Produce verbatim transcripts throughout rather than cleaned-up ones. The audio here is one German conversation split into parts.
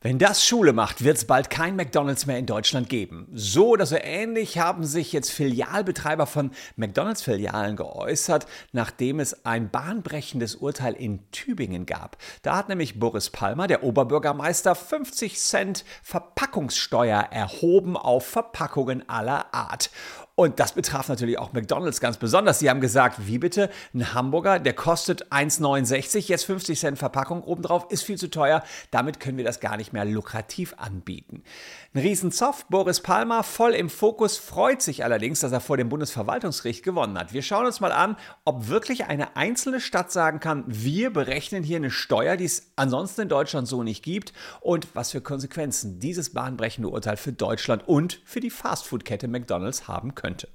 Wenn das Schule macht, wird es bald kein McDonald's mehr in Deutschland geben. So oder so ähnlich haben sich jetzt Filialbetreiber von McDonald's-Filialen geäußert, nachdem es ein bahnbrechendes Urteil in Tübingen gab. Da hat nämlich Boris Palmer, der Oberbürgermeister, fünfzig Cent Verpackungssteuer erhoben auf Verpackungen aller Art. Und das betraf natürlich auch McDonald's ganz besonders. Sie haben gesagt, wie bitte? Ein Hamburger, der kostet eins neunundsechzig, jetzt fünfzig Cent Verpackung obendrauf, ist viel zu teuer. Damit können wir das gar nicht mehr lukrativ anbieten. Ein Riesenzoff, Boris Palmer voll im Fokus, freut sich allerdings, dass er vor dem Bundesverwaltungsgericht gewonnen hat. Wir schauen uns mal an, ob wirklich eine einzelne Stadt sagen kann, wir berechnen hier eine Steuer, die es ansonsten in Deutschland so nicht gibt, und was für Konsequenzen dieses bahnbrechende Urteil für Deutschland und für die Fastfood-Kette McDonald's haben könnte. könnte.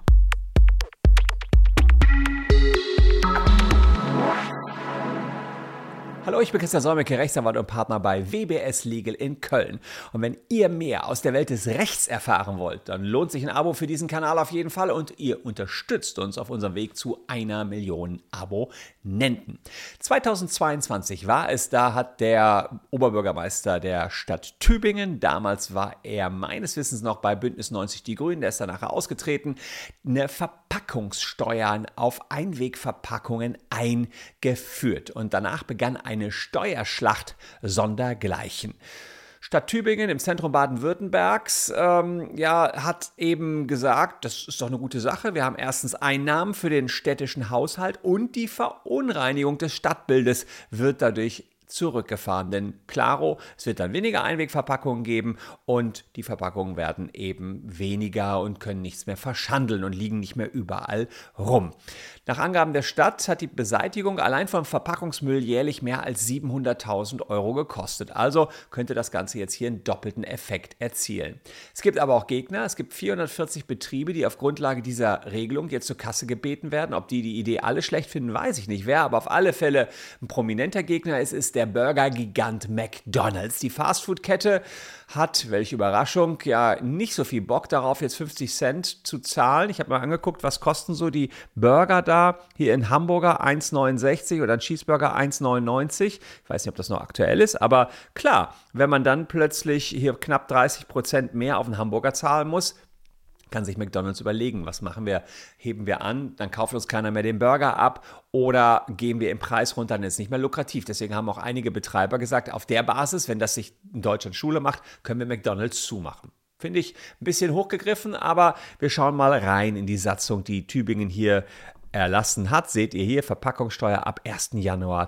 Hallo, ich bin Christian Solmecke, Rechtsanwalt und Partner bei W B S Legal in Köln. Und wenn ihr mehr aus der Welt des Rechts erfahren wollt, dann lohnt sich ein Abo für diesen Kanal auf jeden Fall und ihr unterstützt uns auf unserem Weg zu einer Million Abonnenten. zweitausendzweiundzwanzig war es, da hat der Oberbürgermeister der Stadt Tübingen, damals war er meines Wissens noch bei Bündnis neunzig Die Grünen, der ist dann nachher ausgetreten, eine Verpackungssteuern auf Einwegverpackungen eingeführt. Und danach begann eine Steuerschlacht sondergleichen. Stadt Tübingen im Zentrum Baden-Württembergs ähm, ja, hat eben gesagt, das ist doch eine gute Sache. Wir haben erstens Einnahmen für den städtischen Haushalt und die Verunreinigung des Stadtbildes wird dadurch zurückgefahren. Denn klaro, es wird dann weniger Einwegverpackungen geben und die Verpackungen werden eben weniger und können nichts mehr verschandeln und liegen nicht mehr überall rum. Nach Angaben der Stadt hat die Beseitigung allein vom Verpackungsmüll jährlich mehr als siebenhunderttausend Euro gekostet. Also könnte das Ganze jetzt hier einen doppelten Effekt erzielen. Es gibt aber auch Gegner. Es gibt vierhundertvierzig Betriebe, die auf Grundlage dieser Regelung jetzt zur Kasse gebeten werden. Ob die die Idee alle schlecht finden, weiß ich nicht. Wer aber auf alle Fälle ein prominenter Gegner ist, ist der Burger-Gigant McDonald's. Die Fastfood-Kette hat, welche Überraschung, ja nicht so viel Bock darauf, jetzt fünfzig Cent zu zahlen. Ich habe mal angeguckt, was kosten so die Burger da. Hier in Hamburger eins neunundsechzig oder ein Cheeseburger eins neunundneunzig. Ich weiß nicht, ob das noch aktuell ist, aber klar, wenn man dann plötzlich hier knapp dreißig Prozent mehr auf einen Hamburger zahlen muss, kann sich McDonald's überlegen, was machen wir? Heben wir an, dann kauft uns keiner mehr den Burger ab oder gehen wir im Preis runter, dann ist es nicht mehr lukrativ. Deswegen haben auch einige Betreiber gesagt, auf der Basis, wenn das sich in Deutschland Schule macht, können wir McDonald's zumachen. Finde ich ein bisschen hochgegriffen, aber wir schauen mal rein in die Satzung, die Tübingen hier erlassen hat. Seht ihr hier, Verpackungssteuer ab ersten Januar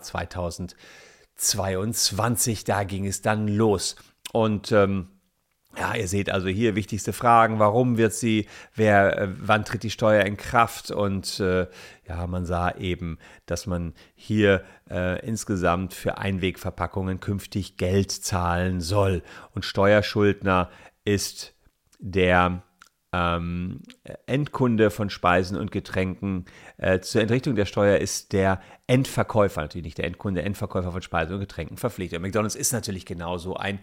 zweitausendzweiundzwanzig, da ging es dann los. Und ähm, ja, ihr seht also hier wichtigste Fragen, warum wird sie, wer, äh, wann tritt die Steuer in Kraft und äh, ja, man sah eben, dass man hier äh, insgesamt für Einwegverpackungen künftig Geld zahlen soll und Steuerschuldner ist der ähm, Endkunde von Speisen und Getränken. Äh, zur Entrichtung der Steuer ist der Endverkäufer, natürlich nicht der Endkunde, Endverkäufer von Speisen und Getränken verpflichtet. McDonald's ist natürlich genauso ein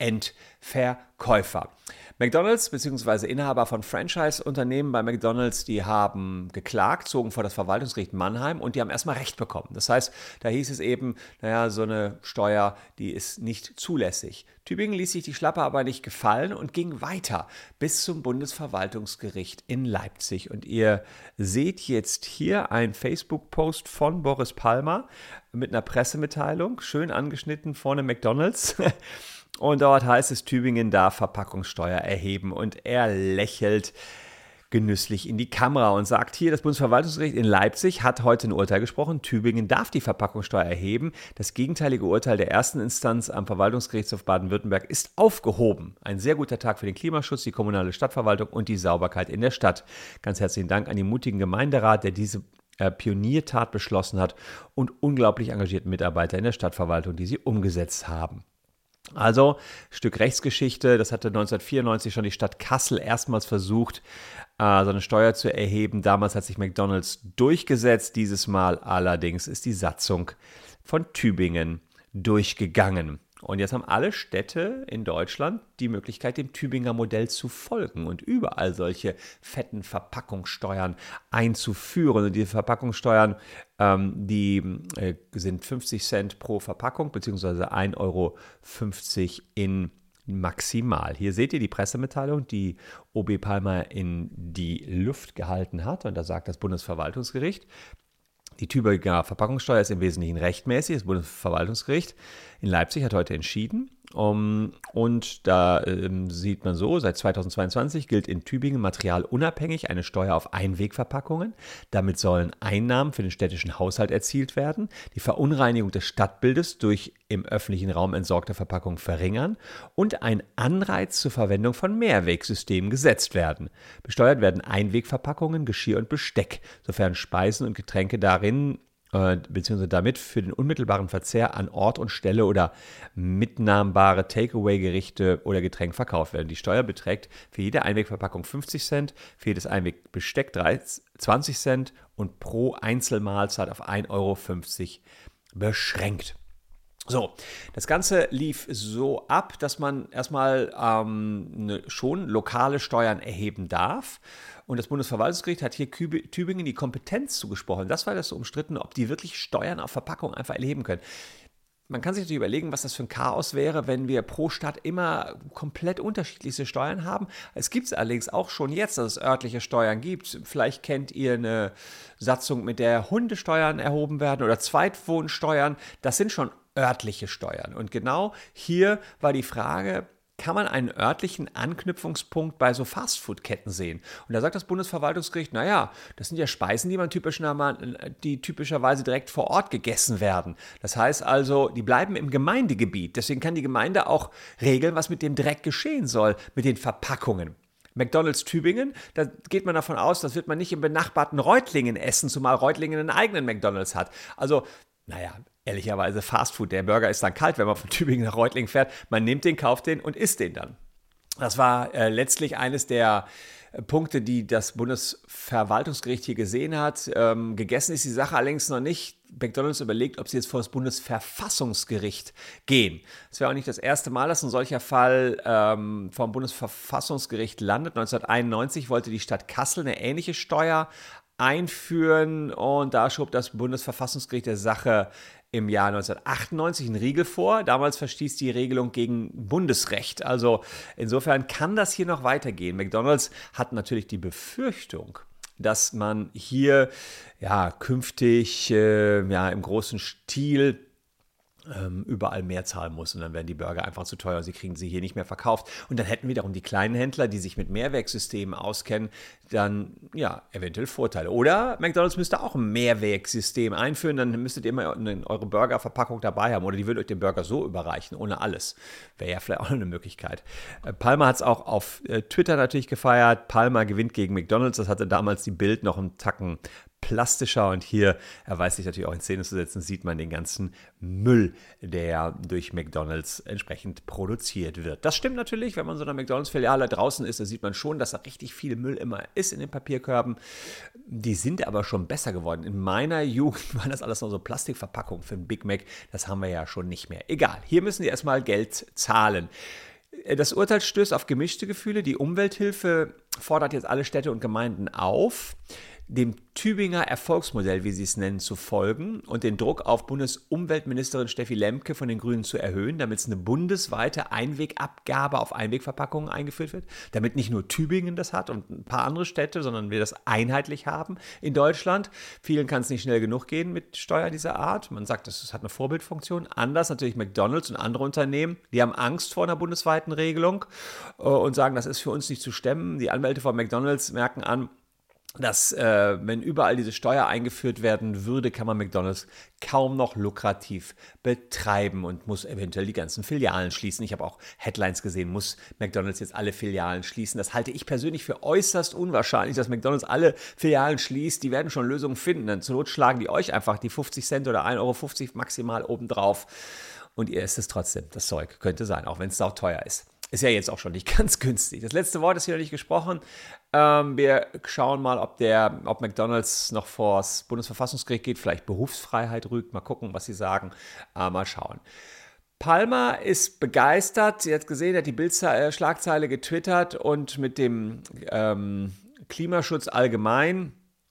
Endverkäufer. McDonald's bzw. Inhaber von Franchise-Unternehmen bei McDonald's, die haben geklagt, zogen vor das Verwaltungsgericht Mannheim und die haben erstmal Recht bekommen. Das heißt, da hieß es eben, naja, so eine Steuer, die ist nicht zulässig. Tübingen ließ sich die Schlappe aber nicht gefallen und ging weiter bis zum Bundesverwaltungsgericht in Leipzig. Und ihr seht jetzt hier einen Facebook-Post von Boris Palmer mit einer Pressemitteilung, schön angeschnitten vorne McDonald's. Und dort heißt es, Tübingen darf Verpackungssteuer erheben. Und er lächelt genüsslich in die Kamera und sagt hier, das Bundesverwaltungsgericht in Leipzig hat heute ein Urteil gesprochen. Tübingen darf die Verpackungssteuer erheben. Das gegenteilige Urteil der ersten Instanz am Verwaltungsgerichtshof Baden-Württemberg ist aufgehoben. Ein sehr guter Tag für den Klimaschutz, die kommunale Stadtverwaltung und die Sauberkeit in der Stadt. Ganz herzlichen Dank an den mutigen Gemeinderat, der diese äh, Pioniertat beschlossen hat und unglaublich engagierten Mitarbeiter in der Stadtverwaltung, die sie umgesetzt haben. Also, Stück Rechtsgeschichte, das hatte neunzehnhundertvierundneunzig schon die Stadt Kassel erstmals versucht, äh, so eine Steuer zu erheben. Damals hat sich McDonald's durchgesetzt, dieses Mal allerdings ist die Satzung von Tübingen durchgegangen. Und jetzt haben alle Städte in Deutschland die Möglichkeit, dem Tübinger Modell zu folgen und überall solche fetten Verpackungssteuern einzuführen. Und diese Verpackungssteuern, ähm, die äh, sind fünfzig Cent pro Verpackung, beziehungsweise ein Euro fünfzig in maximal. Hier seht ihr die Pressemitteilung, die O B Palmer in die Luft gehalten hat. Und da sagt das Bundesverwaltungsgericht, die Tübinger Verpackungssteuer ist im Wesentlichen rechtmäßig. Das Bundesverwaltungsgericht in Leipzig hat heute entschieden. Um, und da ähm, sieht man so, seit zweitausendzweiundzwanzig gilt in Tübingen materialunabhängig eine Steuer auf Einwegverpackungen. Damit sollen Einnahmen für den städtischen Haushalt erzielt werden, die Verunreinigung des Stadtbildes durch im öffentlichen Raum entsorgte Verpackungen verringern und ein Anreiz zur Verwendung von Mehrwegsystemen gesetzt werden. Besteuert werden Einwegverpackungen, Geschirr und Besteck, sofern Speisen und Getränke darin beziehungsweise damit für den unmittelbaren Verzehr an Ort und Stelle oder mitnahmbare Takeaway-Gerichte oder Getränke verkauft werden. Die Steuer beträgt für jede Einwegverpackung fünfzig Cent, für jedes Einwegbesteck zwanzig Cent und pro Einzelmahlzeit auf ein Euro fünfzig beschränkt. So, das Ganze lief so ab, dass man erstmal ähm, ne, schon lokale Steuern erheben darf. Und das Bundesverwaltungsgericht hat hier Tübingen die Kompetenz zugesprochen. Das war das so umstritten, ob die wirklich Steuern auf Verpackungen einfach erheben können. Man kann sich natürlich überlegen, was das für ein Chaos wäre, wenn wir pro Stadt immer komplett unterschiedliche Steuern haben. Es gibt es allerdings auch schon jetzt, dass es örtliche Steuern gibt. Vielleicht kennt ihr eine Satzung, mit der Hundesteuern erhoben werden oder Zweitwohnsteuern. Das sind schon örtliche Steuern. Und genau hier war die Frage, kann man einen örtlichen Anknüpfungspunkt bei so Fastfood-Ketten sehen? Und da sagt das Bundesverwaltungsgericht, naja, das sind ja Speisen, die, man typischerweise, die typischerweise direkt vor Ort gegessen werden. Das heißt also, die bleiben im Gemeindegebiet. Deswegen kann die Gemeinde auch regeln, was mit dem Dreck geschehen soll, mit den Verpackungen. McDonald's Tübingen, da geht man davon aus, das wird man nicht im benachbarten Reutlingen essen, zumal Reutlingen einen eigenen McDonald's hat. Also, naja, ehrlicherweise Fastfood, der Burger ist dann kalt, wenn man von Tübingen nach Reutlingen fährt. Man nimmt den, kauft den und isst den dann. Das war äh, letztlich eines der äh, Punkte, die das Bundesverwaltungsgericht hier gesehen hat. Ähm, gegessen ist die Sache allerdings noch nicht. McDonald's überlegt, ob sie jetzt vor das Bundesverfassungsgericht gehen. Es wäre auch nicht das erste Mal, dass ein solcher Fall ähm, vom Bundesverfassungsgericht landet. neunzehnhunderteinundneunzig wollte die Stadt Kassel eine ähnliche Steuer einführen und da schob das Bundesverfassungsgericht der Sache im Jahr neunzehnhundertachtundneunzig einen Riegel vor. Damals verstieß die Regelung gegen Bundesrecht. Also insofern kann das hier noch weitergehen. McDonald's hat natürlich die Befürchtung, dass man hier ja künftig äh, ja, im großen Stil ähm, überall mehr zahlen muss und dann werden die Burger einfach zu teuer und sie kriegen sie hier nicht mehr verkauft. Und dann hätten wiederum die kleinen Händler, die sich mit Mehrwegsystemen auskennen, dann ja eventuell Vorteile. Oder McDonald's müsste auch ein Mehrwegsystem einführen, dann müsstet ihr immer eure Burgerverpackung dabei haben oder die würde euch den Burger so überreichen, ohne alles. Wäre ja vielleicht auch eine Möglichkeit. Äh, Palmer hat es auch auf äh, Twitter natürlich gefeiert. Palmer gewinnt gegen McDonald's. Das hatte damals die Bild noch einen Tacken plastischer und hier, er weiß sich natürlich auch in Szene zu setzen, sieht man den ganzen Müll, der durch McDonald's entsprechend produziert wird. Das stimmt natürlich, wenn man so einer McDonald's-Filiale draußen ist, da sieht man schon, dass da richtig viel Müll immer ist in den Papierkörben. Die sind aber schon besser geworden. In meiner Jugend waren das alles noch so Plastikverpackungen für einen Big Mac, das haben wir ja schon nicht mehr. Egal, hier müssen die erstmal Geld zahlen. Das Urteil stößt auf gemischte Gefühle. Die Umwelthilfe fordert jetzt alle Städte und Gemeinden auf, dem Tübinger Erfolgsmodell, wie sie es nennen, zu folgen und den Druck auf Bundesumweltministerin Steffi Lemke von den Grünen zu erhöhen, damit es eine bundesweite Einwegabgabe auf Einwegverpackungen eingeführt wird, damit nicht nur Tübingen das hat und ein paar andere Städte, sondern wir das einheitlich haben in Deutschland. Vielen kann es nicht schnell genug gehen mit Steuern dieser Art. Man sagt, das hat eine Vorbildfunktion. Anders natürlich McDonald's und andere Unternehmen, die haben Angst vor einer bundesweiten Regelung und sagen, das ist für uns nicht zu stemmen. Die Anwälte von McDonald's merken an, dass, äh, wenn überall diese Steuer eingeführt werden würde, kann man McDonald's kaum noch lukrativ betreiben und muss eventuell die ganzen Filialen schließen. Ich habe auch Headlines gesehen, muss McDonald's jetzt alle Filialen schließen. Das halte ich persönlich für äußerst unwahrscheinlich, dass McDonald's alle Filialen schließt. Die werden schon Lösungen finden. Dann zur Not schlagen die euch einfach die fünfzig Cent oder ein Euro fünfzig maximal obendrauf und ihr esst es trotzdem. Das Zeug könnte sein, auch wenn es sauteuer ist. Ist ja jetzt auch schon nicht ganz günstig. Das letzte Wort ist hier noch nicht gesprochen. Ähm, wir schauen mal, ob, der, ob McDonald's noch vor das Bundesverfassungsgericht geht, vielleicht Berufsfreiheit rügt. Mal gucken, was sie sagen. Äh, mal schauen. Palmer ist begeistert. Sie hat gesehen, er hat die Bild-Schlagzeile getwittert und mit dem ähm, Klimaschutz allgemein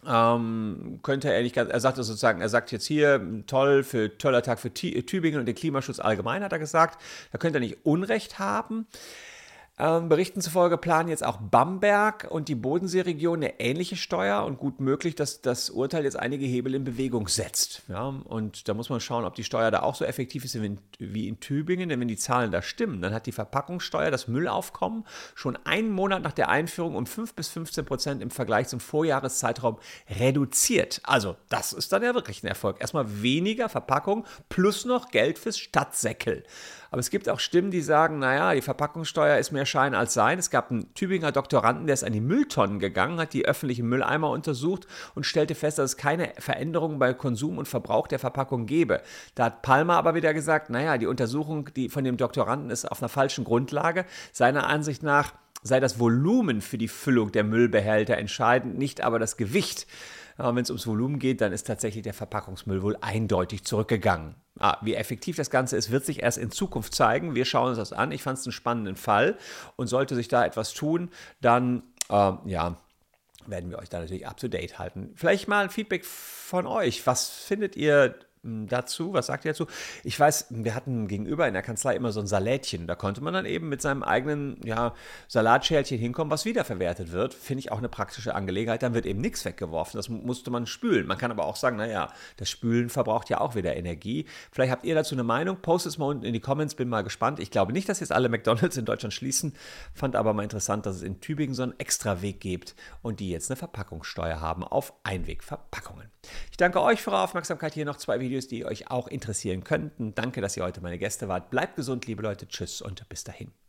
Ähm, könnte er nicht ganz, er sagt sozusagen, er sagt jetzt hier, toll, für toller Tag für Tübingen und den Klimaschutz allgemein, hat er gesagt. Da könnte er nicht Unrecht haben. Ähm, Berichten zufolge planen jetzt auch Bamberg und die Bodenseeregion eine ähnliche Steuer und gut möglich, dass das Urteil jetzt einige Hebel in Bewegung setzt. Ja, und da muss man schauen, ob die Steuer da auch so effektiv ist wie in, wie in Tübingen, denn wenn die Zahlen da stimmen, dann hat die Verpackungssteuer das Müllaufkommen schon einen Monat nach der Einführung um fünf bis fünfzehn Prozent im Vergleich zum Vorjahreszeitraum reduziert. Also das ist dann ja wirklich ein Erfolg. Erstmal weniger Verpackung plus noch Geld fürs Stadtsäckel. Aber es gibt auch Stimmen, die sagen, naja, die Verpackungssteuer ist mehr Schein als Sein. Es gab einen Tübinger Doktoranden, der ist an die Mülltonnen gegangen, hat die öffentlichen Mülleimer untersucht und stellte fest, dass es keine Veränderungen bei Konsum und Verbrauch der Verpackung gebe. Da hat Palmer aber wieder gesagt, naja, die Untersuchung die von dem Doktoranden ist auf einer falschen Grundlage. Seiner Ansicht nach sei das Volumen für die Füllung der Müllbehälter entscheidend, nicht aber das Gewicht. Wenn es ums Volumen geht, dann ist tatsächlich der Verpackungsmüll wohl eindeutig zurückgegangen. Ah, wie effektiv das Ganze ist, wird sich erst in Zukunft zeigen. Wir schauen uns das an. Ich fand es einen spannenden Fall und sollte sich da etwas tun, dann äh, ja, werden wir euch da natürlich up to date halten. Vielleicht mal ein Feedback von euch. Was findet ihr dazu? Was sagt ihr dazu? Ich weiß, wir hatten gegenüber in der Kanzlei immer so ein Salätchen. Da konnte man dann eben mit seinem eigenen ja, Salatschälchen hinkommen, was wiederverwertet wird. Finde ich auch eine praktische Angelegenheit. Dann wird eben nichts weggeworfen. Das musste man spülen. Man kann aber auch sagen, naja, das Spülen verbraucht ja auch wieder Energie. Vielleicht habt ihr dazu eine Meinung. Postet es mal unten in die Comments. Bin mal gespannt. Ich glaube nicht, dass jetzt alle McDonald's in Deutschland schließen. Fand aber mal interessant, dass es in Tübingen so einen Extraweg gibt und die jetzt eine Verpackungssteuer haben auf Einwegverpackungen. Ich danke euch für eure Aufmerksamkeit. Hier noch zwei Videos, die euch auch interessieren könnten. Danke, dass ihr heute meine Gäste wart. Bleibt gesund, liebe Leute. Tschüss und bis dahin.